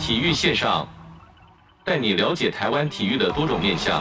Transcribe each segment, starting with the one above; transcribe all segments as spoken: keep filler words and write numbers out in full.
体育线上，带你了解台湾体育的多种面向。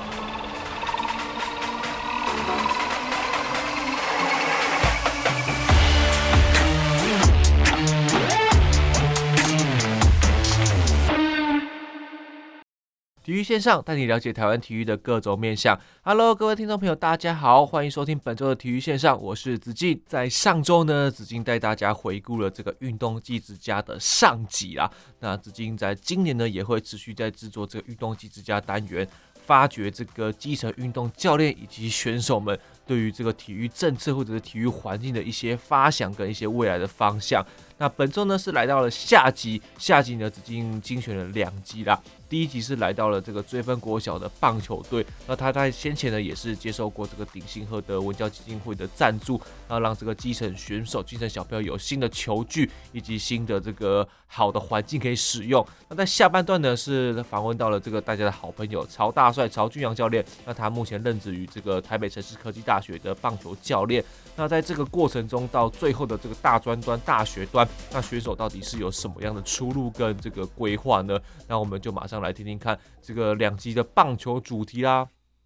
体育线上带你了解台湾体育的各种面向。Hello， 各位听众朋友，大家好，欢迎收听本周的体育线上，我是子敬。在上周呢，子敬带大家回顾了这个运动技职家的上集啦。那子敬在今年呢，也会持续在制作这个运动技职家单元，发掘这个基层运动教练以及选手们对于这个体育政策或者是体育环境的一些发想跟一些未来的方向。那本周呢是来到了下集，下集呢子敬精选了两集啦。第一集是来到了这个追分国小的棒球队，那他在先前呢也是接受过这个鼎新和德文教基金会的赞助，那让这个基层选手、基层小朋友有新的球具以及新的这个好的环境可以使用。那在下半段呢是访问到了这个大家的好朋友曹大帅、曹俊阳教练，那他目前任职于这个台北城市科技大学的棒球教练。那在这个过程中，到最后的这个大专端、大学端，那选手到底是有什么样的出路跟这个规划呢？那我们就马上来听听看这个两集的棒球主题啦。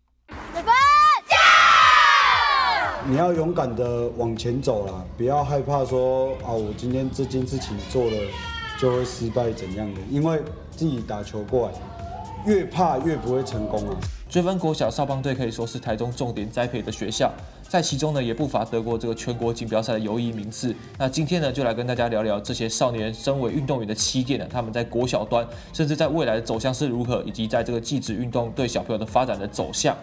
你要勇敢的往前走啦，不要害怕说啊，我今天这件事情做了就会失败怎样的，因为自己打球过来，越怕越不会成功啊。 追分国小少棒队可以说是台中重点栽培的学校，在其中呢也不乏得过这个全国锦标赛的优异名次。那今天呢就来跟大家聊聊这些少年身为运动员的起点呢，他们在国小端，甚至在未来的走向是如何，以及在这个技职运动对小朋友的发展的走向。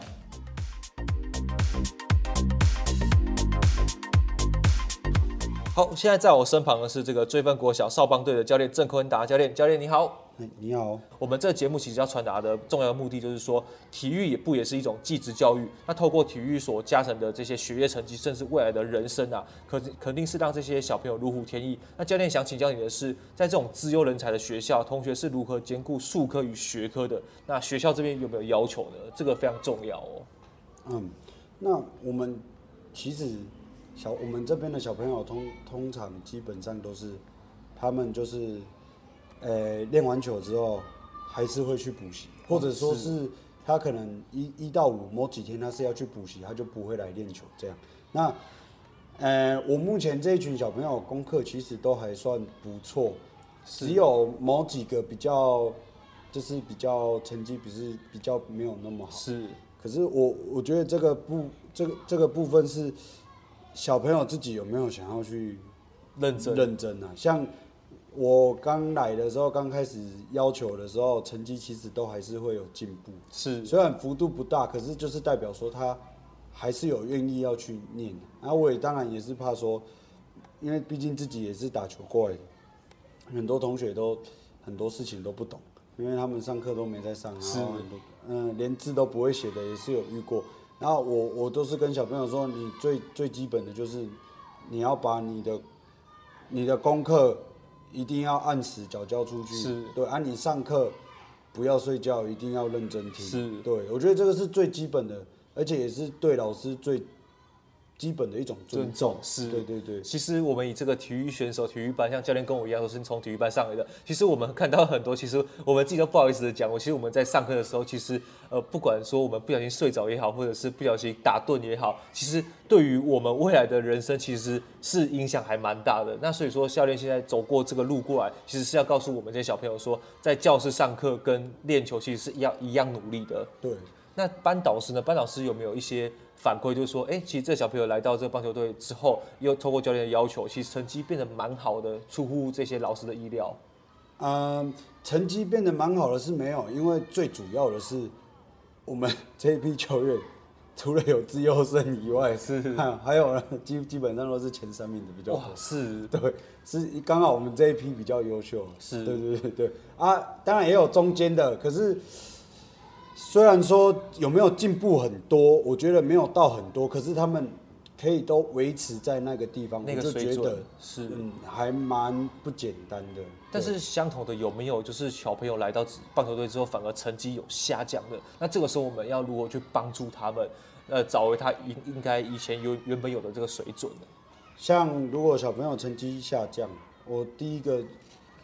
好，现在在我身旁的是这个追分国小少棒队的教练郑坤达教练，教练你好。 你好， 我们这个节目其实要传达的重要的目的就是说，体育也不也是一种技职教育。那透过体育所加成的这些学业成绩，甚至未来的人生啊，可肯定是让这些小朋友如虎添翼。那教练想请教你的是，在这种资优人才的学校，同学是如何兼顾术科与学科的？那学校这边有没有要求呢？这个非常重要哦。 嗯，那我们其实小我们这边的小朋友通通常基本上都是，他们就是。呃，练完球之后还是会去补习，或者说是他可能一一到五某几天他是要去补习，他就不会来练球这样。那呃，我目前这一群小朋友功课其实都还算不错，只有某几个比较就是比较成绩不是比较没有那么好。 是， 可是我我觉得这个部这个这个部分是小朋友自己有没有想要去认真认真啊，像。我刚来的时候，刚开始要求的时候，成绩其实都还是会有进步。 是， 虽然幅度不大，可是就是代表说他还是有愿意要去念。然后我也当然也是怕说，因为毕竟自己也是打球过来的，很多同学都很多事情都不懂，因为他们上课都没在上，然后很多嗯连字都不会写的也是有遇过。然后我我都是跟小朋友说，你最最基本的就是你要把你的你的功课。一定要按时缴交出去， 是对。按、啊、你上课不要睡觉，一定要认真听， 是对。我觉得这个是最基本的，而且也是对老师最基本的一种尊重。 是， 对对对。 其实我们以这个体育选手、体育班，像教练跟我一样，都是从体育班上来的。其实我们看到很多，其实我们自己都不好意思的讲，我其实我们在上课的时候，其实呃，不管说我们不小心睡着也好，或者是不小心打盹也好，其实对于我们未来的人生，其实是影响还蛮大的。那所以说，教练现在走过这个路过来，其实是要告诉我们这些小朋友说，在教室上课跟练球其实是一样一样努力的。 对。 那班导师呢？班导师有没有一些反馈，就是说，哎、欸，其实这小朋友来到这个棒球队之后，又透过教练的要求，其实成绩变得蛮好的，出乎这些老师的意料。 嗯，成绩变得蛮好的是没有，因为最主要的是我们这一批球员，除了有自由生以外， 是还有呢，基基本上都是前三名的比较多。 是， 对，是刚好我们这一批比较优秀。 是， 对对对对啊，当然也有中间的，可是。虽然说有没有进步很多，我觉得没有到很多，可是他们可以都维持在那个地方， 那个水准， 我就觉得是嗯还蛮不简单的。 但是相同的有没有就是小朋友来到棒球队之后，反而成绩有下降的？那这个时候我们要如何去帮助他们，呃，找回他应应该以前有原本有的这个水准呢？ 像如果小朋友成绩下降，我第一个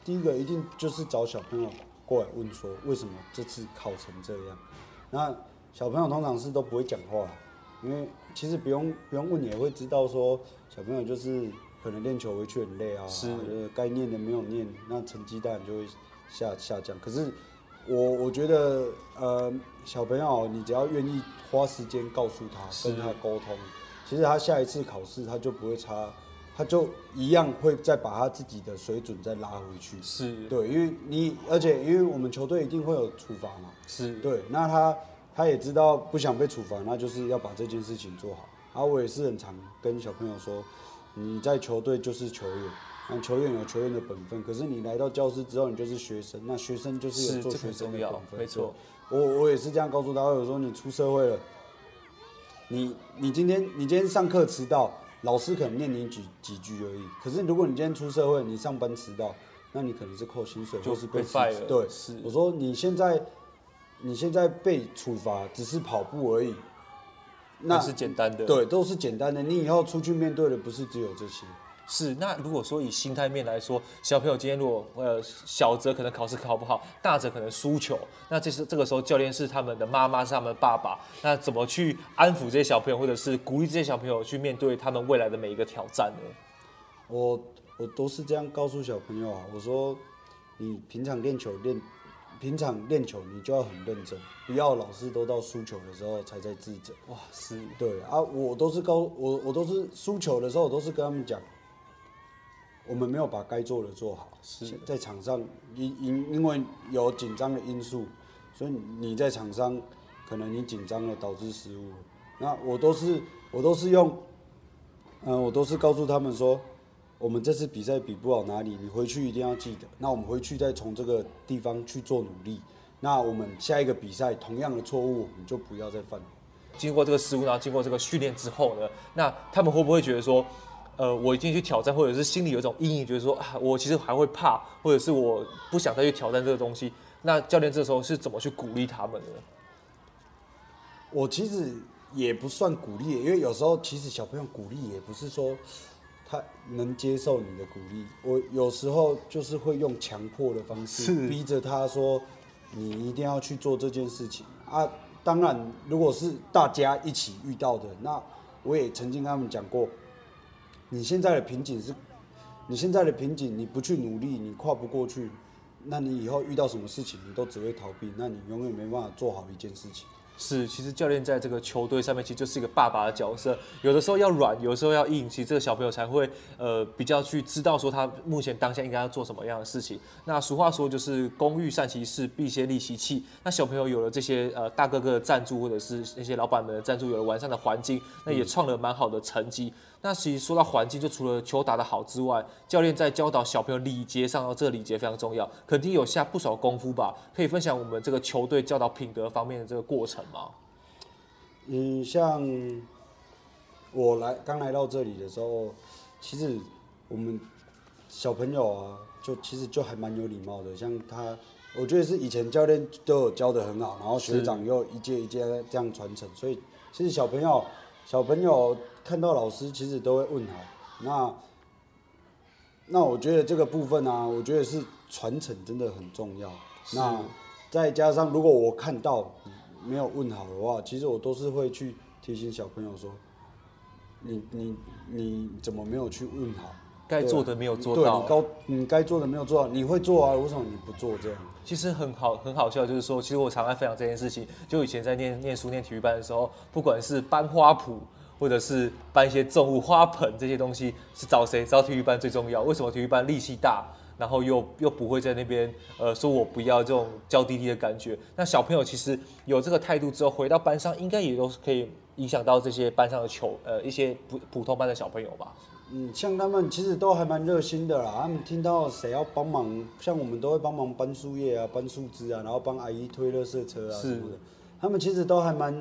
第一个一定就是找小朋友过来问说，为什么这次考成这样？那小朋友通常是都不会讲话，因为其实不用不用问也会知道说，小朋友就是可能练球回去很累啊， 是该念的没有念，那成绩当然就会下下降。可是我我觉得呃小朋友你只要愿意花时间告诉他，跟他沟通，其实他下一次考试他就不会差。他就一样会再把他自己的水准再拉回去， 是， 对，因为你，而且因为我们球队一定会有处罚嘛， 是对，那他他也知道不想被处罚，那就是要把这件事情做好。然后我也是很常跟小朋友说，你在球队就是球员，那球员有球员的本分，可是你来到教室之后，你就是学生，那学生就是有做学生的本分， 没错。 我我也是这样告诉他，有时候你出社会了，你你今天你今天上课迟到。老师可能念你几几句而已，可是如果你今天出社会，你上班迟到，那你可能是扣薪水，或是被辞职。对，是。我说你现在，你现在被处罚只是跑步而已， 那是简单的。 对，都是简单的。你以后出去面对的不是只有这些。 是，那如果说以心态面来说，小朋友今天如果呃小则可能考试考不好，大则可能输球，那这是这个时候教练是他们的妈妈，是他们的爸爸，那怎么去安抚这些小朋友，或者是鼓励这些小朋友去面对他们未来的每一个挑战呢？ 我我都是这样告诉小朋友啊，我说你平常练球练，平常练球你就要很认真，不要老是都到输球的时候才在自责。 哇，是。 对啊，我都是告我我都是输球的时候，我都是跟他们讲。我们没有把该做的做好，在场上因因因为有紧张的因素，所以你在场上可能你紧张了导致失误。那我都是我都是用，嗯、呃，我都是告诉他们说，我们这次比赛比不好哪里，你回去一定要记得。那我们回去再从这个地方去做努力。那我们下一个比赛同样的错误，我们就不要再犯。 经过这个失误，然后经过这个训练之后呢，那他们会不会觉得说？呃，我一定去挑战，或者是心里有一种阴影，觉得说啊，我其实还会怕，或者是我不想再去挑战这个东西。那教练这时候是怎么去鼓励他们的？ 我其实也不算鼓励，因为有时候其实小朋友鼓励也不是说他能接受你的鼓励，我有时候就是会用强迫的方式，逼着他说你一定要去做这件事情啊。当然，如果是大家一起遇到的，那我也曾经跟他们讲过。你现在的瓶颈是，你现在的瓶颈，你不去努力，你跨不过去，那你以后遇到什么事情，你都只会逃避，那你永远没办法做好一件事情。 是，其实教练在这个球队上面，其实就是一个爸爸的角色。有的时候要软，有的时候要硬，其实这个小朋友才会呃比较去知道说他目前当下应该要做什么样的事情。那俗话说就是工欲善其事，必先利其器。那小朋友有了这些呃大哥哥的赞助，或者是那些老板们的赞助，有了完善的环境，那也创了蛮好的成绩。那其实说到环境，就除了球打得好之外，教练在教导小朋友礼节上，这个礼节非常重要，肯定有下不少功夫吧？可以分享我们这个球队教导品德方面的这个过程吗？ 嗯，像我来刚来到这里的时候，其实我们小朋友啊，就其实就还蛮有礼貌的。像他，我觉得是以前教练都有教得很好，然后学长又一届一届这样传承，所以其实小朋友小朋友看到老师其实都会问好。那那我觉得这个部分啊，我觉得是传承真的很重要。那再加上如果我看到没有问好的话，其实我都是会去提醒小朋友说，你你你怎么没有去问好？ 该做的没有做到， 对，你该你该做的没有做到，你会做啊，为什么你不做这样？ 其实很好很好笑，就是说，其实我常爱分享这件事情。就以前在念念书念体育班的时候，不管是搬花圃，或者是搬一些重物、花盆这些东西，是找谁？找体育班最重要。为什么体育班力气大？然后又又不会在那边呃说我不要这种娇滴滴的感觉。那小朋友其实有这个态度之后，回到班上应该也都是可以影响到这些班上的球呃一些普普通班的小朋友吧。 嗯，像他们其实都还蛮热心的啦。他们听到谁要帮忙，像我们都会帮忙搬树叶啊、搬树枝啊，然后帮阿姨推垃圾车啊什么的。他们其实都还蛮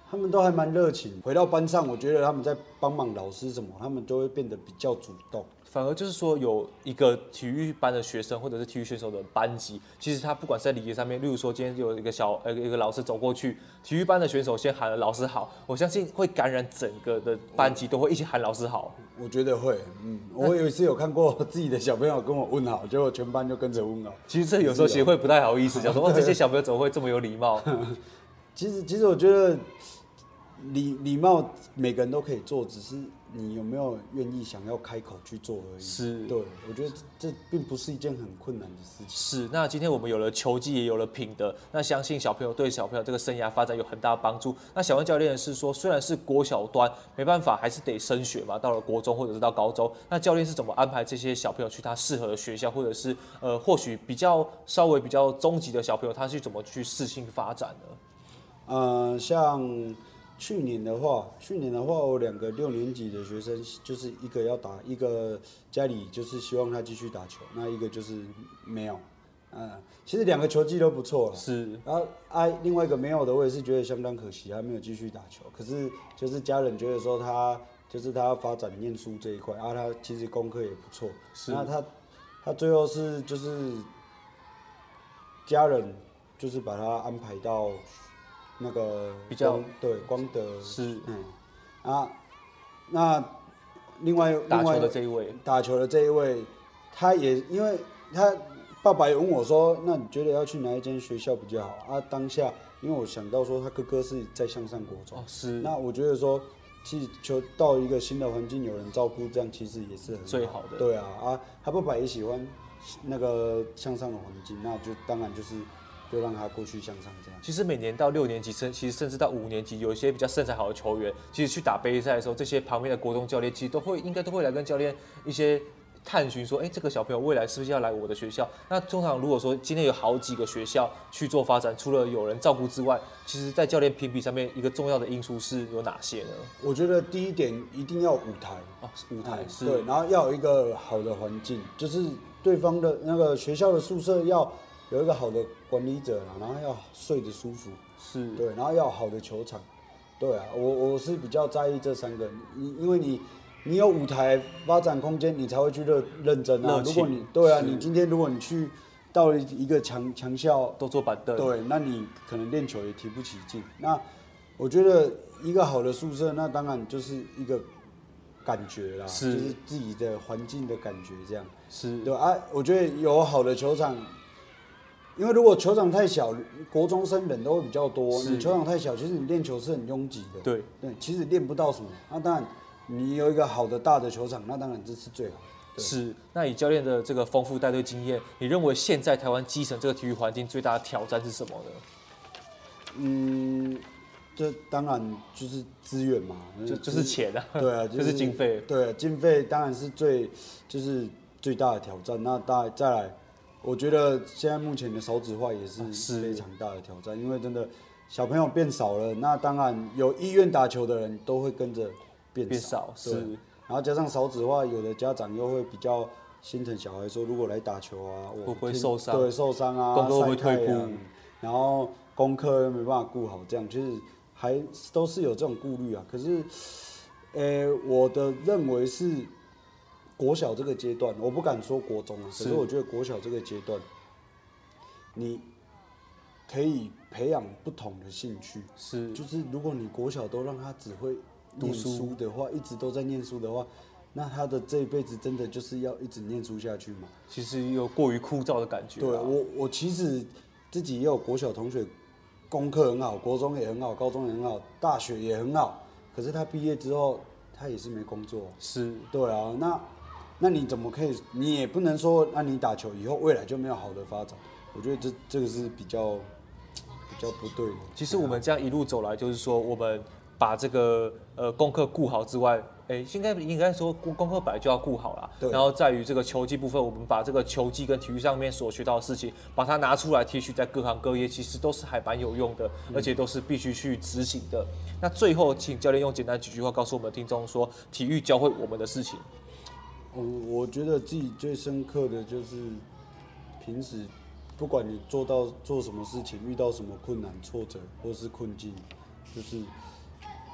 他们都还蛮热情。回到班上，我觉得他们在帮忙老师什么，他们就会变得比较主动。 反而就是说，有一个体育班的学生或者是体育选手的班级，其实他不管是在礼节上面，例如说今天有一个小呃一个老师走过去，体育班的选手先喊了老师好，我相信会感染整个的班级，都会一起喊老师好。 我觉得会，嗯，我有一次有看过自己的小朋友跟我问好，结果全班就跟着问好。 其实这有时候协会不太好意思，讲说哦这些小朋友怎么会这么有礼貌？ 其实其实我觉得礼礼貌每个人都可以做，只是你有没有愿意想要开口去做而已。 是， 对，我觉得这并不是一件很困难的事情。 是，那今天我们有了球技，也有了品德，那相信小朋友对小朋友这个生涯发展有很大的帮助。那小温教练是说，虽然是国小端，没办法，还是得升学嘛，到了国中或者是到高中，那教练是怎么安排这些小朋友去他适合的学校，或者是呃，或许比较稍微比较中级的小朋友，他是怎么去适性发展呢？ 呃，像去年的话，去年的话，我两个六年级的学生，就是一个要打，一个家里就是希望他继续打球，那一个就是没有。嗯、呃，其实两个球技都不错了。 是。 然后啊，另外一个没有的，我也是觉得相当可惜，他没有继续打球。可是就是家人觉得说他就是他要发展念书这一块啊，他其实功课也不错。 是。 那他他最后是就是家人就是把他安排到。那个比较对光德是嗯啊，那另外打球的这一位打球的这一位，他也因为他爸爸也问我说，那你觉得要去哪一间学校比较好啊？当下因为我想到说他哥哥是在向上国中， 哦是， 那我觉得说其实球到一个新的环境有人照顾，这样其实也是很好最好的。 对啊啊，他爸爸也喜欢那个向上的环境，那就当然就是。就让他过去向上这样。 其实每年到六年级，甚其实甚至到五年级，有一些比较身材好的球员，其实去打杯赛的时候，这些旁边的国中教练其实都会应该都会来跟教练一些探寻说，哎，这个小朋友未来是不是要来我的学校？那通常如果说今天有好几个学校去做发展，除了有人照顾之外，其实在教练评比上面一个重要的因素是有哪些呢？ 我觉得第一点一定要舞台哦，舞台是对，然后要有一个好的环境，就是对方的那个学校的宿舍要。有一个好的管理者啦，然后要睡得舒服， 是对，然后要有好的球场，对啊，我我是比较在意这三个，因因为你你有舞台发展空间，你才会去认认真啊。如果你对啊，你今天如果你去到了一个强强校， 都坐板凳， 对，那你可能练球也提不起劲。那我觉得一个好的宿舍，那当然就是一个感觉啦， 是就是自己的环境的感觉这样， 是对啊，我觉得有好的球场。因为如果球场太小，国中生人都会比较多。你球场太小，其实你练球是很拥挤的。 对对，其实练不到什么。那当然，你有一个好的大的球场，那当然这是最好的。 是。那以教练的这个丰富带队经验，你认为现在台湾基层这个体育环境最大的挑战是什么呢？ 嗯，这当然就是资源嘛， 就就是钱啊。 对啊， 就是经费。 对，经费当然是最就是最大的挑战。那大再来。我觉得现在目前的少子化也是非常大的挑战，因为真的小朋友变少了，那当然有意愿打球的人都会跟着变少， 变少是。 然后加上少子化，有的家长又会比较心疼小孩，说如果来打球啊， 会不会受伤？ 对，受伤啊， 功课会不会退步？ 然后功课又没办法顾好，这样就是还都是有这种顾虑啊。可是，呃，我的认为是。国小这个阶段，我不敢说国中啊，可是我觉得国小这个阶段，你可以培养不同的兴趣。 是， 就是如果你国小都让他只会念书的话，一直都在念书的话，那他的这一辈子真的就是要一直念书下去吗？ 其实有过于枯燥的感觉。 对我，我其实自己也有国小同学，功课很好，国中也很好，高中也很好，大学也很好，可是他毕业之后，他也是没工作。 是， 对啊，那。那你怎么可以？你也不能说，那你打球以后未来就没有好的发展。我觉得这这个是比较比较不对的。 其实我们这样一路走来，就是说我们把这个呃功课顾好之外，哎，应该应该说功课本来就要顾好啦。然后在于这个球技部分，我们把这个球技跟体育上面所学到的事情，把它拿出来提取在各行各业，其实都是还蛮有用的，而且都是必须去执行的。那最后，请教练用简单几句话告诉我们听众说，体育教会我们的事情。 我我觉得自己最深刻的就是，平时不管你做到做什么事情，遇到什么困难、挫折或是困境，就是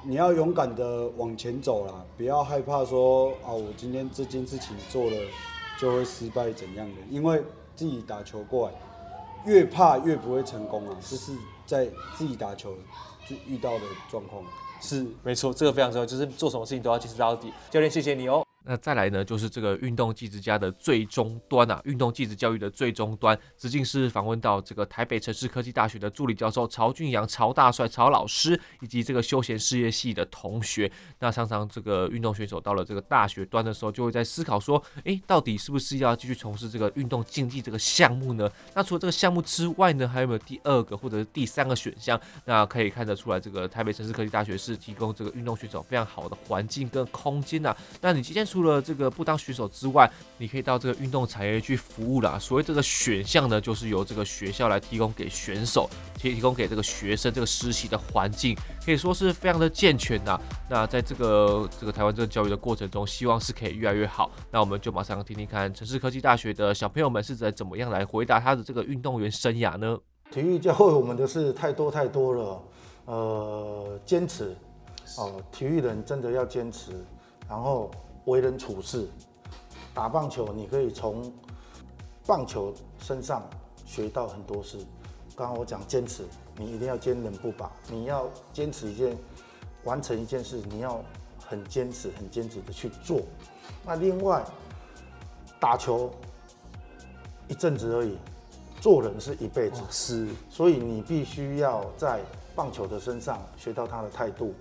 你要勇敢的往前走啦，不要害怕说啊，我今天这件事情做了就会失败怎样的，因为自己打球过来，越怕越不会成功啊，这是在自己打球就遇到的状况。 是，没错，这个非常重要，就是做什么事情都要坚持到底。教练，谢谢你哦。那再来呢，就是这个运动技职家的最终端啊，运动技职教育的最终端，子敬是访问到这个台北城市科技大学的助理教授曹俊阳、曹大帅、曹老师，以及这个休闲事业系的同学。那常常这个运动选手到了这个大学端的时候，就会在思考说，哎，到底是不是要继续从事这个运动竞技这个项目呢？那除了这个项目之外呢，还有没有第二个或者是第三个选项？那可以看得出来，这个台北城市科技大学是提供这个运动选手非常好的环境跟空间啊。那你今天除了这个不当选手之外，你可以到这个运动产业去服务啦。所谓这个选项呢，就是由这个学校来提供给选手，提供给这个学生这个实习的环境，可以说是非常的健全呐。那在这个这个台湾这个教育的过程中，希望是可以越来越好。那我们就马上听听看城市科技大学的小朋友们是在怎么样来回答他的这个运动员生涯呢？ 体育教会我们的事太多太多了，呃，坚持哦，体育人真的要坚持，然后为人处事，打棒球你可以从棒球身上学到很多事。刚刚我讲坚持，你一定要坚韧不拔，你要坚持一件完成一件事，你要很坚持、很坚持的去做。那另外，打球一阵子而已，做人是一辈子， 是， 所以你必须要在棒球的身上学到他的态度。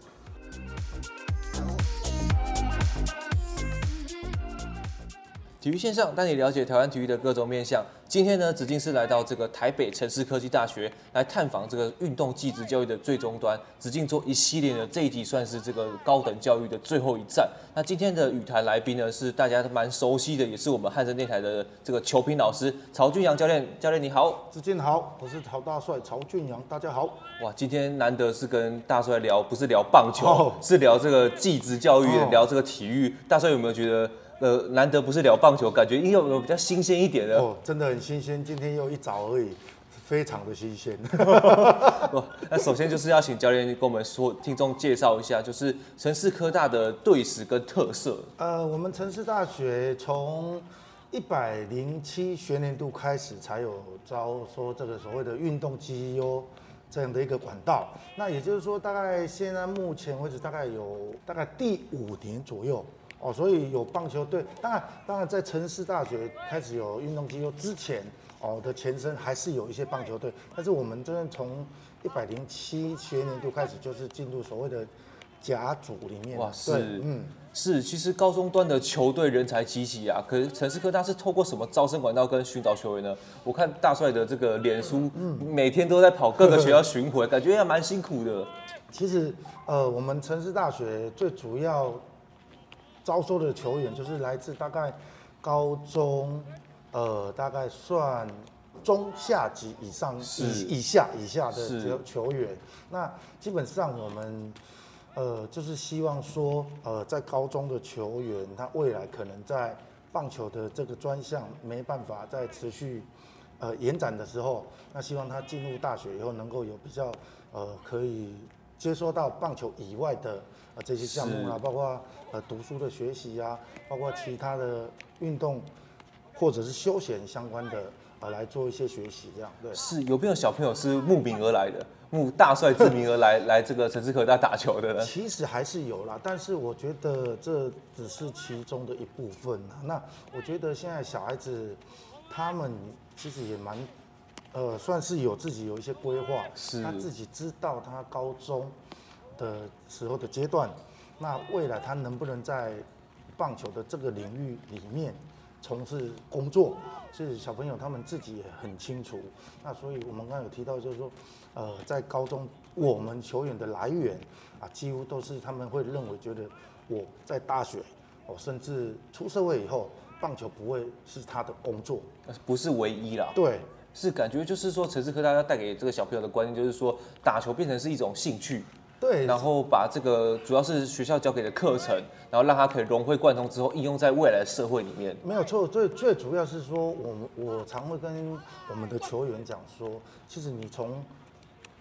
体育线上带你了解台湾体育的各种面向。今天呢，子敬是来到这个台北城市科技大学来探访这个运动技职教育的最终端。子敬做一系列的这一集算是这个高等教育的最后一站。那今天的语坛来宾呢，是大家蛮熟悉的，也是我们汉声电台的这个球评老师曹俊阳教练。教练你好。 子敬好，我是曹大帅曹俊阳，大家好。 哇，今天难得是跟大帅聊，不是聊棒球， 哦、 是聊这个技职教育， 哦、 聊这个体育。大帅有没有觉得？呃，难得不是聊棒球，感觉应该有比较新鲜一点的哦，真的很新鲜。今天又一早而已，非常的新鲜。 那首先就是要请教练跟我们说，听众介绍一下，就是城市科大的队史跟特色。 呃，我们城市大学从一百零七学年度开始才有招说这个所谓的运动绩优这样的一个管道。那也就是说，大概现在目前为止，大概有大概第五年左右。哦，所以有棒球队，当然，当然在城市大学开始有运动机构之前，哦的前身还是有一些棒球队，但是我们真的从一百零七学年度开始，就是进入所谓的甲组里面。 哇，是， 嗯， 是，其实高中端的球队人才济济啊，可是城市科大是透过什么招生管道跟寻找球员呢？我看大帅的这个脸书，嗯，每天都在跑各个学校巡回，感觉也蛮辛苦的。 其实，呃，我们城市大学最主要招收的球员就是来自大概高中，呃，大概算中下级以上以以下以下的球员。那基本上我们，呃，就是希望说，呃，在高中的球员，他未来可能在棒球的这个专项没办法再持续，呃，延展的时候，那希望他进入大学以后能够有比较，呃，可以接收到棒球以外的。呃，这些项目啊，包括呃读书的学习啊，包括其他的运动或者是休闲相关的，呃，来做一些学习，这样对。 是有没有小朋友是慕名而来的，慕大帅之名而来来这个城市科大打球的呢？ 其实还是有啦，但是我觉得这只是其中的一部分啦。那我觉得现在小孩子他们其实也蛮，呃，算是有自己有一些规划， 是他自己知道他高中的时候的阶段，那未来他能不能在棒球的这个领域里面从事工作，是小朋友他们自己也很清楚。那所以我们刚刚有提到，就是说，呃，在高中我们球员的来源啊，几乎都是他们会认为觉得我在大学哦，甚至出社会以后，棒球不会是他的工作， 不是唯一啦。 对。 是感觉就是说，城市科大要带给这个小朋友的观念，就是说打球变成是一种兴趣。 对， 然后把这个主要是学校教给的课程，然后让他可以融会贯通之后应用在未来的社会里面。 没有错，最最主要是说，我们我常会跟我们的球员讲说，其实你从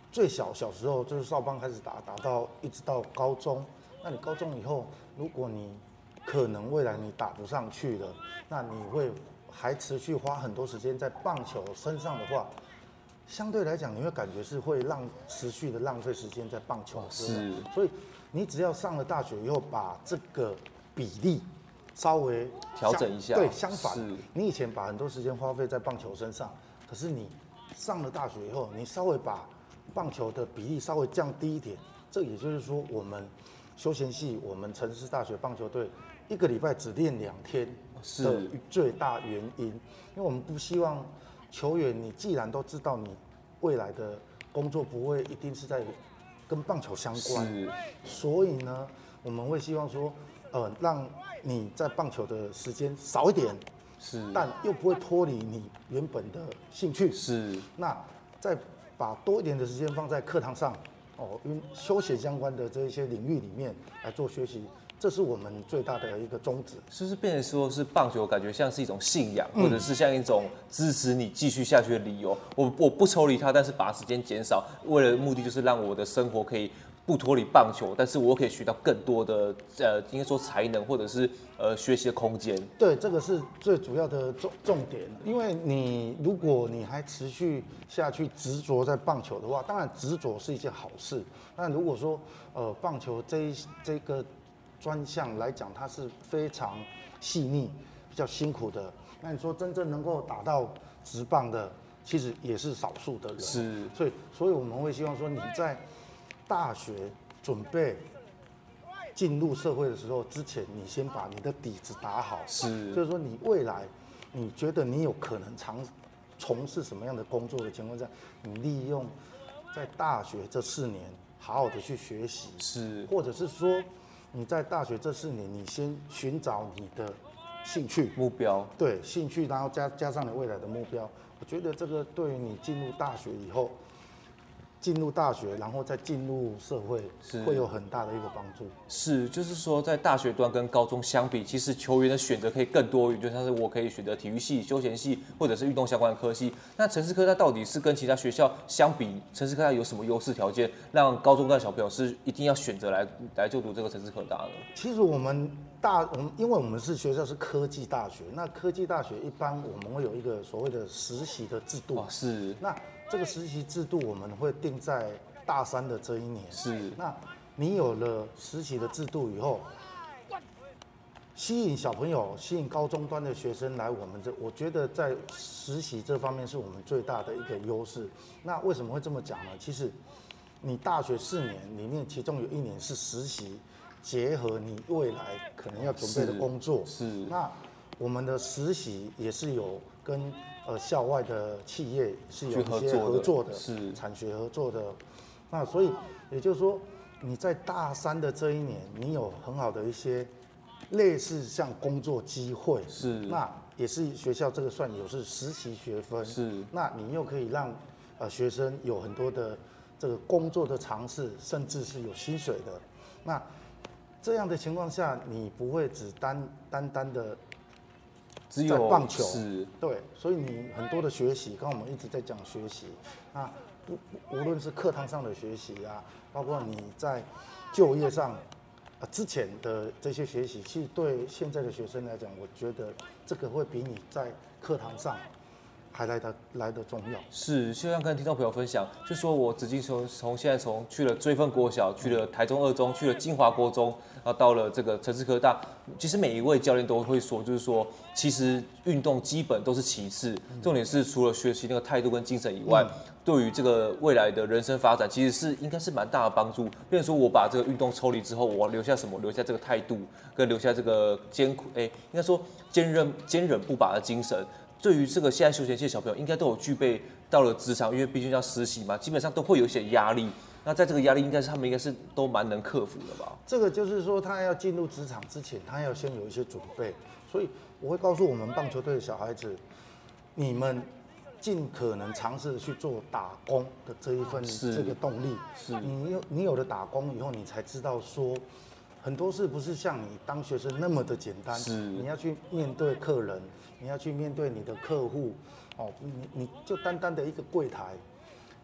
最小小时候就是少棒开始打，打到一直到高中。那你高中以后，如果你可能未来你打不上去了，那你会还持续花很多时间在棒球身上的话，相对来讲你会感觉是会浪持续的浪费时间在棒球身上。是，所以你只要上了大学以后，把这个比例稍微调整一下， 对，相反，你以前把很多时间花费在棒球身上，可是你上了大学以后，你稍微把棒球的比例稍微降低一点，这也就是说，我们休闲系，我们城市大学棒球队一个礼拜只练两天的最大原因，因为我们不希望球员，你既然都知道你未来的工作不会一定是在跟棒球相关，所以呢，我们会希望说，呃，让你在棒球的时间少一点，是，但又不会脱离你原本的兴趣，是。那再把多一点的时间放在课堂上，哦，因休闲相关的这一些领域里面来做学习，这是我们最大的一个宗旨。 是不是变成说是棒球，感觉像是一种信仰，嗯、或者是像一种支持你继续下去的理由？我我不抽离它，但是把时间减少，为了目的就是让我的生活可以不脱离棒球，但是我可以学到更多的呃，应该说才能或者是呃学习的空间。 对，这个是最主要的重重点。因为你如果你还持续下去执着在棒球的话，当然执着是一件好事。但如果说呃棒球这一这个专项来讲，它是非常细腻、比较辛苦的。那你说真正能够打到职棒的，其实也是少数的人。是，所以所以我们会希望说你在大学准备进入社会的时候，之前你先把你的底子打好，是，就是说你未来你觉得你有可能尝从事什么样的工作的情况下，你利用在大学这四年好好的去学习，是，或者是说你在大学这四年你先寻找你的兴趣目标， 对，兴趣，然后加加上你未来的目标，我觉得这个对于你进入大学以后。进入大学，然后再进入社会，会有很大的一个帮助。 是，就是说，在大学端跟高中相比，其实球员的选择可以更多元，就像是我可以选择体育系、休闲系，或者是运动相关的科系。那城市科大到底是跟其他学校相比，城市科大有什么优势条件，让高中段小朋友是一定要选择来来就读这个城市科大呢？ 其实我们大，我们因为我们是学校是科技大学，那科技大学一般我们会有一个所谓的实习的制度。是。那这个实习制度我们会定在大三的这一年。是。那你有了实习的制度以后，吸引小朋友、吸引高中端的学生来我们这，我觉得在实习这方面是我们最大的一个优势。那为什么会这么讲呢？其实你大学四年里面，其中有一年是实习，结合你未来可能要准备的工作。是。是那我们的实习也是有跟呃校外的企业是有一些合作的，是产学合作的。那所以也就是说，你在大三的这一年，你有很好的一些类似像工作机会，是那也是学校这个算有是实习学分，是那你又可以让呃学生有很多的这个工作的尝试，甚至是有薪水的。那这样的情况下，你不会只单单单的。只有棒球，是，对，所以你很多的学习，刚刚我们一直在讲学习，那不无论是课堂上的学习啊，包括你在就业上，呃之前的这些学习，其实对现在的学生来讲，我觉得这个会比你在课堂上还来得来得重要。是，就像跟听众朋友分享，就说我子敬从从现在从去了追分国小，去了台中二中，去了金华国中，然后到了这个城市科大。其实每一位教练都会说，就是说，其实运动基本都是其次，重点是除了学习那个态度跟精神以外，嗯、对于这个未来的人生发展，其实是应该是蛮大的帮助。比如说，我把这个运动抽离之后，我留下什么？留下这个态度，跟留下这个艰苦，哎，应该说坚韧坚韧不拔的精神。对于这个现在休闲系的小朋友，应该都有具备到了职场，因为毕竟要实习嘛，基本上都会有一些压力。那在这个压力，应该是他们应该是都蛮能克服的吧？这个就是说，他要进入职场之前，他要先有一些准备。所以我会告诉我们棒球队的小孩子，你们尽可能尝试去做打工的这一份这个动力。是，你有你有了打工以后，你才知道说，很多事不是像你当学生那么的简单。是，你要去面对客人，你要去面对你的客户，哦，你你就单单的一个柜台。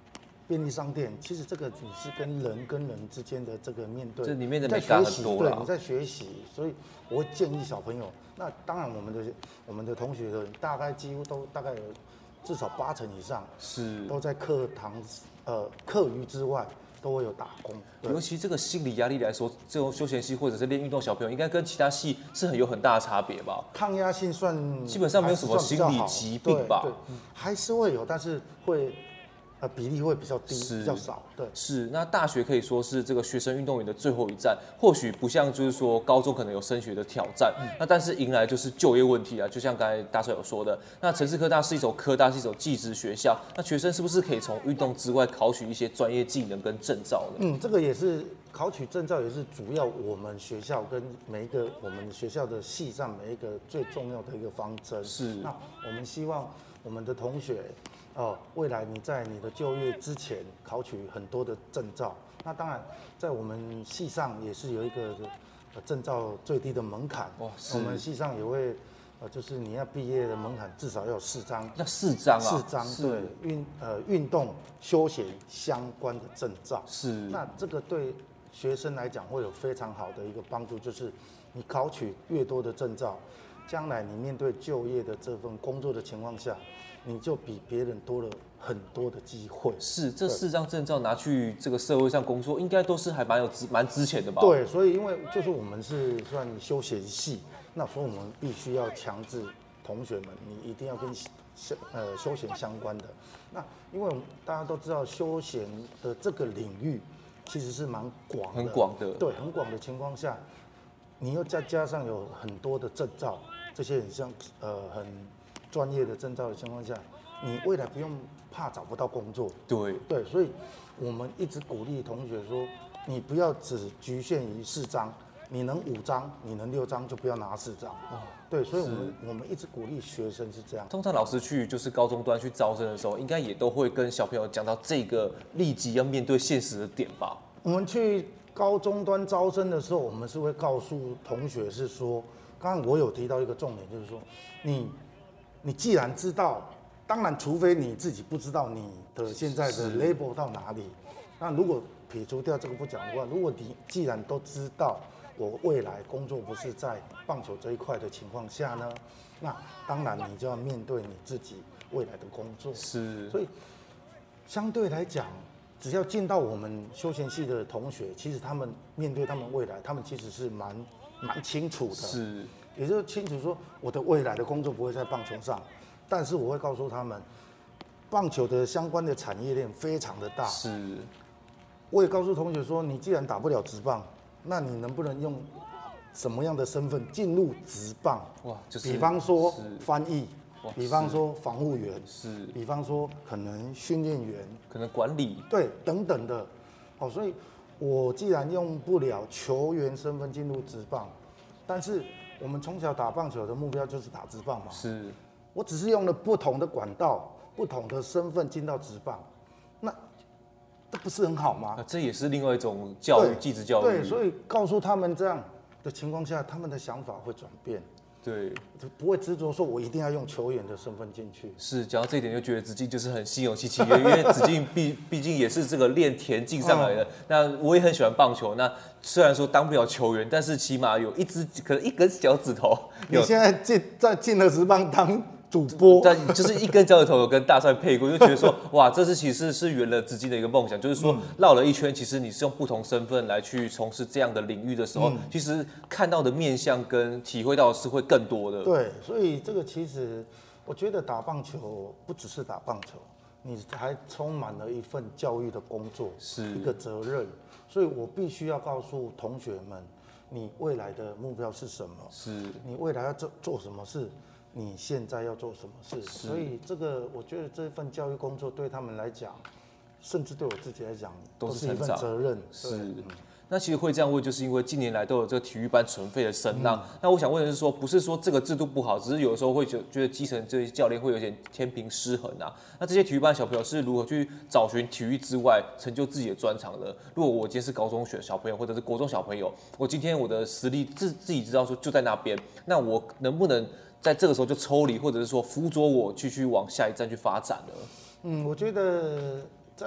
便利商店，其实这个你是跟人跟人之间的这个面对， 这里面的在美感学习， 很多啦对，你在学习，所以我会建议小朋友，那当然我们的我们的同学的大概几乎都大概有至少八成以上是都在课堂呃课余之外都会有打工，对尤其这个心理压力来说，这种休闲系或者是练运动小朋友，应该跟其他系是很有很大的差别吧？ 抗压性算基本上没有什么心理疾病吧？ 对，对还是会有，但是会呃比例会比较低， 是比较少。对， 是。那大学可以说是这个学生运动员的最后一站，或许不像就是说高中可能有升学的挑战，嗯、那但是迎来就是就业问题啊。就像刚才大帅有说的，那城市科大是一所科大，是一所技职学校，那学生是不是可以从运动之外考取一些专业技能跟证照呢？ 嗯，这个也是考取证照，也是主要我们学校跟每一个我们学校的系上每一个最重要的一个方针。 是。 那我们希望我们的同学。哦，未来你在你的就业之前考取很多的证照，那当然在我们系上也是有一个证照最低的门槛。 哇， 我们系上也会，呃，就是你要毕业的门槛至少要有四张。 要四张啊？ 四张，对，运呃运动休闲相关的证照。 是。 那这个对学生来讲会有非常好的一个帮助，就是你考取越多的证照，将来你面对就业的这份工作的情况下。你就比别人多了很多的机会。 是，这四张证照拿去这个社会上工作，应该都是还蛮有值蛮值钱的吧？ 对，所以因为就是我们是算休闲系，那所以我们必须要强制同学们，你一定要跟休呃休闲相关的。那因为大家都知道休闲的这个领域其实是蛮广的， 很广的。 对，很广的情况下，你又再加上有很多的证照，这些很像呃很。专业的证照的情况下，你未来不用怕找不到工作。 对对，所以我们一直鼓励同学说，你不要只局限于四张，你能五张，你能六张就不要拿四张。哦，对，所以我们我们一直鼓励学生是这样。 通常老师去就是高中端去招生的时候，应该也都会跟小朋友讲到这个立即要面对现实的点吧？ 我们去高中端招生的时候，我们是会告诉同学是说，刚刚我有提到一个重点，就是说你。你既然知道，当然除非你自己不知道你的现在的 label 到哪里，那如果撇除掉这个不讲的话，如果你既然都知道我未来工作不是在棒球这一块的情况下呢，那当然你就要面对你自己未来的工作。 是， 所以相对来讲，只要进到我们休闲系的同学，其实他们面对他们未来，他们其实是蛮蛮清楚的。 是。 也就是清楚说，我的未来的工作不会在棒球上，但是我会告诉他们，棒球的相关的产业链非常的大。 是， 我也告诉同学说，你既然打不了职棒，那你能不能用什么样的身份进入职棒？ 哇，就是， 比方说翻译，比方说防护员， 是， 比方说可能训练员， 可能管理， 对，等等的。好，所以我既然用不了球员身份进入职棒，但是我们从小打棒球的目标就是打职棒嘛， 是， 我只是用了不同的管道、不同的身份进到职棒，那这不是很好吗？ 啊、这也是另外一种教育，技职教育。 对，所以告诉他们这样的情况下，他们的想法会转变。 对， 就不会执着说我一定要用球员的身份进去。 是，讲到这一点就觉得子敬就是很心有戚戚焉，因为子敬毕毕竟也是这个练田径上来的。嗯、那我也很喜欢棒球，那虽然说当不了球员，但是起码有一只可能一根脚趾头。 你现在进在进了职棒当主播， 但就是一根脚趾头有跟大帅配过，就觉得说哇，这是其实是圆了子敬的一个梦想，就是说绕了一圈，其实你是用不同身份来去从事这样的领域的时候，嗯、其实看到的面向跟体会到的是会更多的。 对，所以这个其实我觉得打棒球不只是打棒球，你还充满了一份教育的工作， 是一个责任，所以我必须要告诉同学们，你未来的目标是什么？ 是你未来要做做什么事？你现在要做什么事？所以这个，我觉得这份教育工作对他们来讲，甚至对我自己来讲，都是一份责任。 是。嗯、那其实会这样问，就是因为近年来都有这个体育班存废的声浪。嗯、那我想问的是说，不是说这个制度不好，只是有的时候会觉觉得基层这些教练会有点天平失衡啊。那这些体育班小朋友是如何去找寻体育之外成就自己的专长的？如果我今天是高中学小朋友，或者是国中小朋友，我今天我的实力自自己知道说就在那边，那我能不能在这个时候就抽离，或者是说辅佐我去去往下一站去发展呢？ 嗯，我觉得在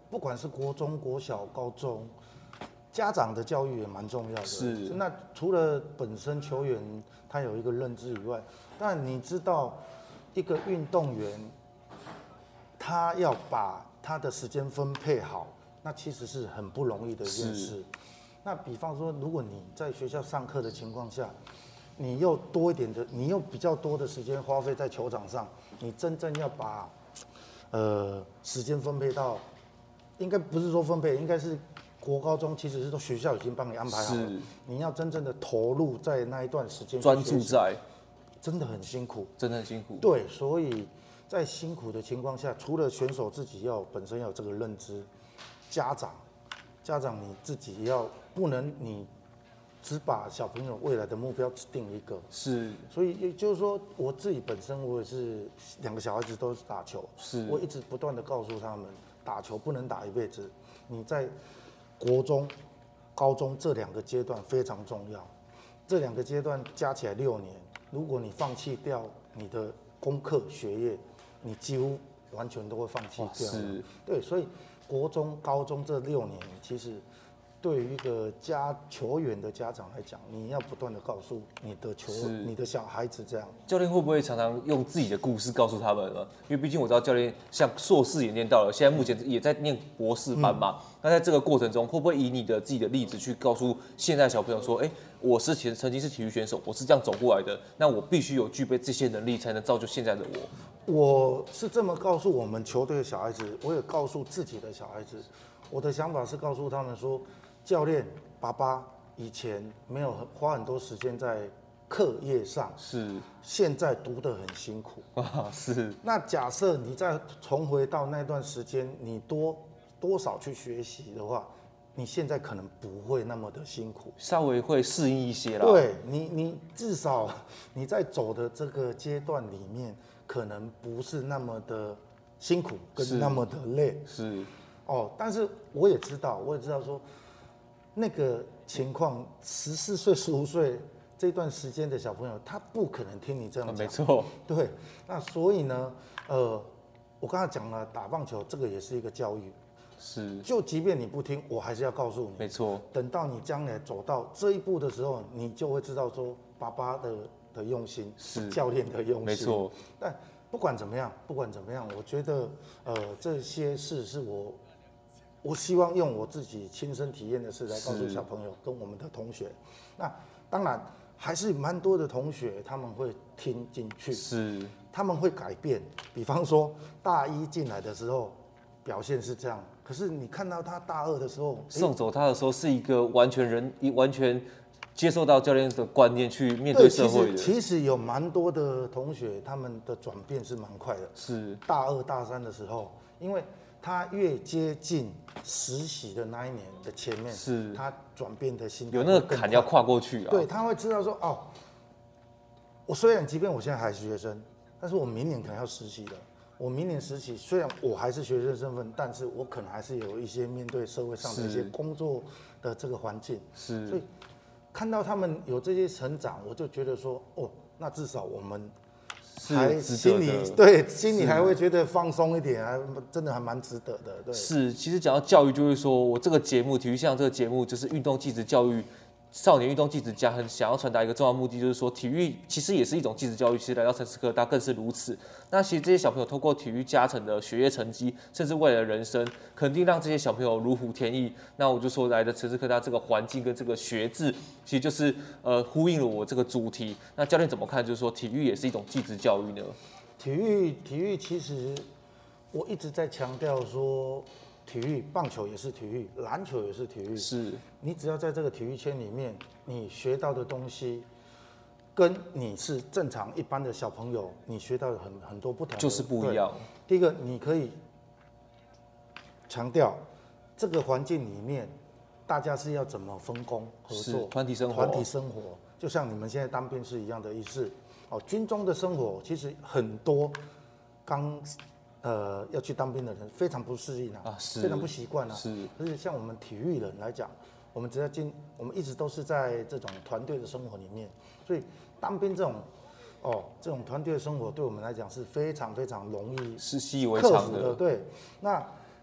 不管是国中、国小、高中，家长的教育也蛮重要的。 是。 那除了本身球员他有一个认知以外，但你知道一个运动员，他要把他的时间分配好，那其实是很不容易的一件事。那比方说，如果你在学校上课的情况下，你又多一点的，你又比较多的时间花费在球场上，你真正要把呃时间分配到，应该不是说分配，应该是国高中其实是都学校已经帮你安排好了，你要真正的投入在那一段时间， 专注在， 真的很辛苦， 真的很辛苦。 对，所以在辛苦的情况下，除了选手自己要本身要有这个认知，家长，家长你自己要不能你只把小朋友未来的目标只定一个， 是， 所以也就是说，我自己本身我也是两个小孩子都是打球， 是我一直不断的告诉他们，打球不能打一辈子，你在国中、高中这两个阶段非常重要，这两个阶段加起来六年，如果你放弃掉你的功课学业，你几乎完全都会放弃掉。 是， 对，所以国中、高中这六年，其实对于一个家球员的家长来讲，你要不断的告诉你的球、你的小孩子这样。 教练会不会常常用自己的故事告诉他们呢？因为毕竟我知道教练像硕士也念到了，现在目前也在念博士班嘛。嗯、那在这个过程中，会不会以你的自己的例子去告诉现在小朋友说，哎、欸，我是前曾经是体育选手，我是这样走过来的，那我必须有具备这些能力，才能造就现在的我。 我是这么告诉我们球队的小孩子，我也告诉自己的小孩子。我的想法是告诉他们说，教练、爸爸以前没有花很多时间在课业上， 是现在读得很辛苦啊，是。 那假设你再重回到那段时间，你多多少去学习的话，你现在可能不会那么的辛苦， 稍微会适应一些啦。 对你，你至少你在走的这个阶段里面，可能不是那么的辛苦，跟那么的累。 是。 哦，但是我也知道，我也知道说，那个情况，十四岁、十五岁这段时间的小朋友，他不可能听你这样讲。 没错。 对，那所以呢，呃，我刚才讲了，打棒球这个也是一个教育。 是。 就即便你不听，我还是要告诉你。 没错。 等到你将来走到这一步的时候，你就会知道说，爸爸的的用心， 是教练的用心。 没错。 但不管怎么样，不管怎么样，我觉得，呃，这些事是我。我希望用我自己亲身体验的事来告诉小朋友跟我们的同学。那当然还是蛮多的同学他们会听进去， 是他们会改变。比方说大一进来的时候表现是这样，可是你看到他大二的时候， 送走他的时候是一个完全人完全接受到教练的观念去面对社会的。 其实其实有蛮多的同学他们的转变是蛮快的。 是大二大三的时候，因为他越接近实习的那一年的前面， 是他转变的心态有那个坎要跨过去啊。 对，他会知道说，哦，我虽然即便我现在还是学生，但是我明年可能要实习了。我明年实习，虽然我还是学生身份，但是我可能还是有一些面对社会上的一些工作的这个环境。 是， 所以看到他们有这些成长，我就觉得说，哦，那至少我们。还心里对心里还会觉得放松一点，还真的还蛮值得的。对， 是，其实讲到教育，就是说我这个节目《体育线上》这个节目，就是运动继职教育。少年运动继职家很想要传达一个重要目的，就是说体育其实也是一种继职教育。其实来到城市科大更是如此。那其实这些小朋友透过体育加成的学业成绩，甚至未来的人生，肯定让这些小朋友如虎添翼。那我就说来的城市科大这个环境跟这个学制，其实就是呃呼应了我这个主题。那教练怎么看？就是说体育也是一种继职教育呢？ 体育体育其实我一直在强调说。体育，棒球也是体育，篮球也是体育。 是， 你只要在这个体育圈里面，你学到的东西，跟你是正常一般的小朋友，你学到的很很多不同的， 就是不一样。 第一个，你可以强调这个环境里面，大家是要怎么分工合作， 团体生活， 团体生活，就像你们现在当兵是一样的意思。哦，军中的生活其实很多刚。呃，要去当兵的人非常不适应啊， 啊非常不习惯啊。 是， 而且像我们体育人来讲，我们只要进，我们一直都是在这种团队的生活里面，所以当兵这种，哦，这种团队的生活对我们来讲是非常非常容易是习以为常的。 对，那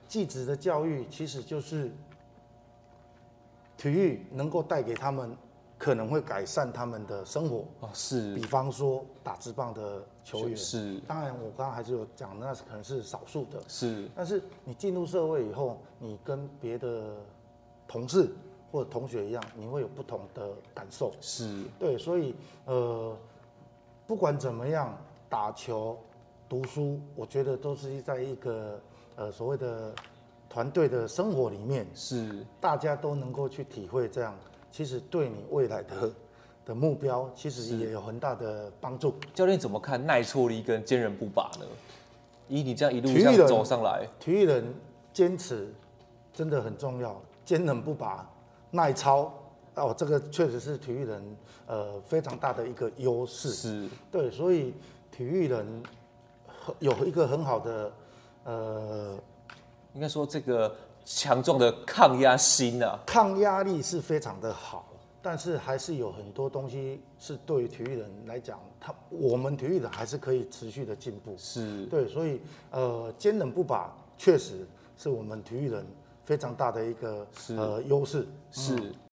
技职的教育其实就是体育能够带给他们，可能会改善他们的生活。 哦，是， 比方说打职棒的球员， 是， 当然我刚刚还是有讲，那可能是少数的， 是。 但是你进入社会以后，你跟别的同事或者同学一样，你会有不同的感受。 是， 对，所以呃，不管怎么样，打球、读书，我觉得都是在一个呃所谓的团队的生活里面， 是大家都能够去体会这样，其实对你未来的的目标，其实也有很大的帮助。 教练怎么看耐挫力跟坚韧不拔呢？以你这样一路体育人这样走上来， 体育人坚持真的很重要，坚韧不拔、耐操哦，这个确实是体育人呃非常大的一个优势。 是， 对，所以体育人有一个很好的呃， 应该说这个强壮的抗压心啊， 抗压力是非常的好，但是还是有很多东西是对于体育人来讲，他我们体育人还是可以持续的进步。 是， 对，所以呃，坚韧不拔确实是我们体育人非常大的一个呃优势。 是，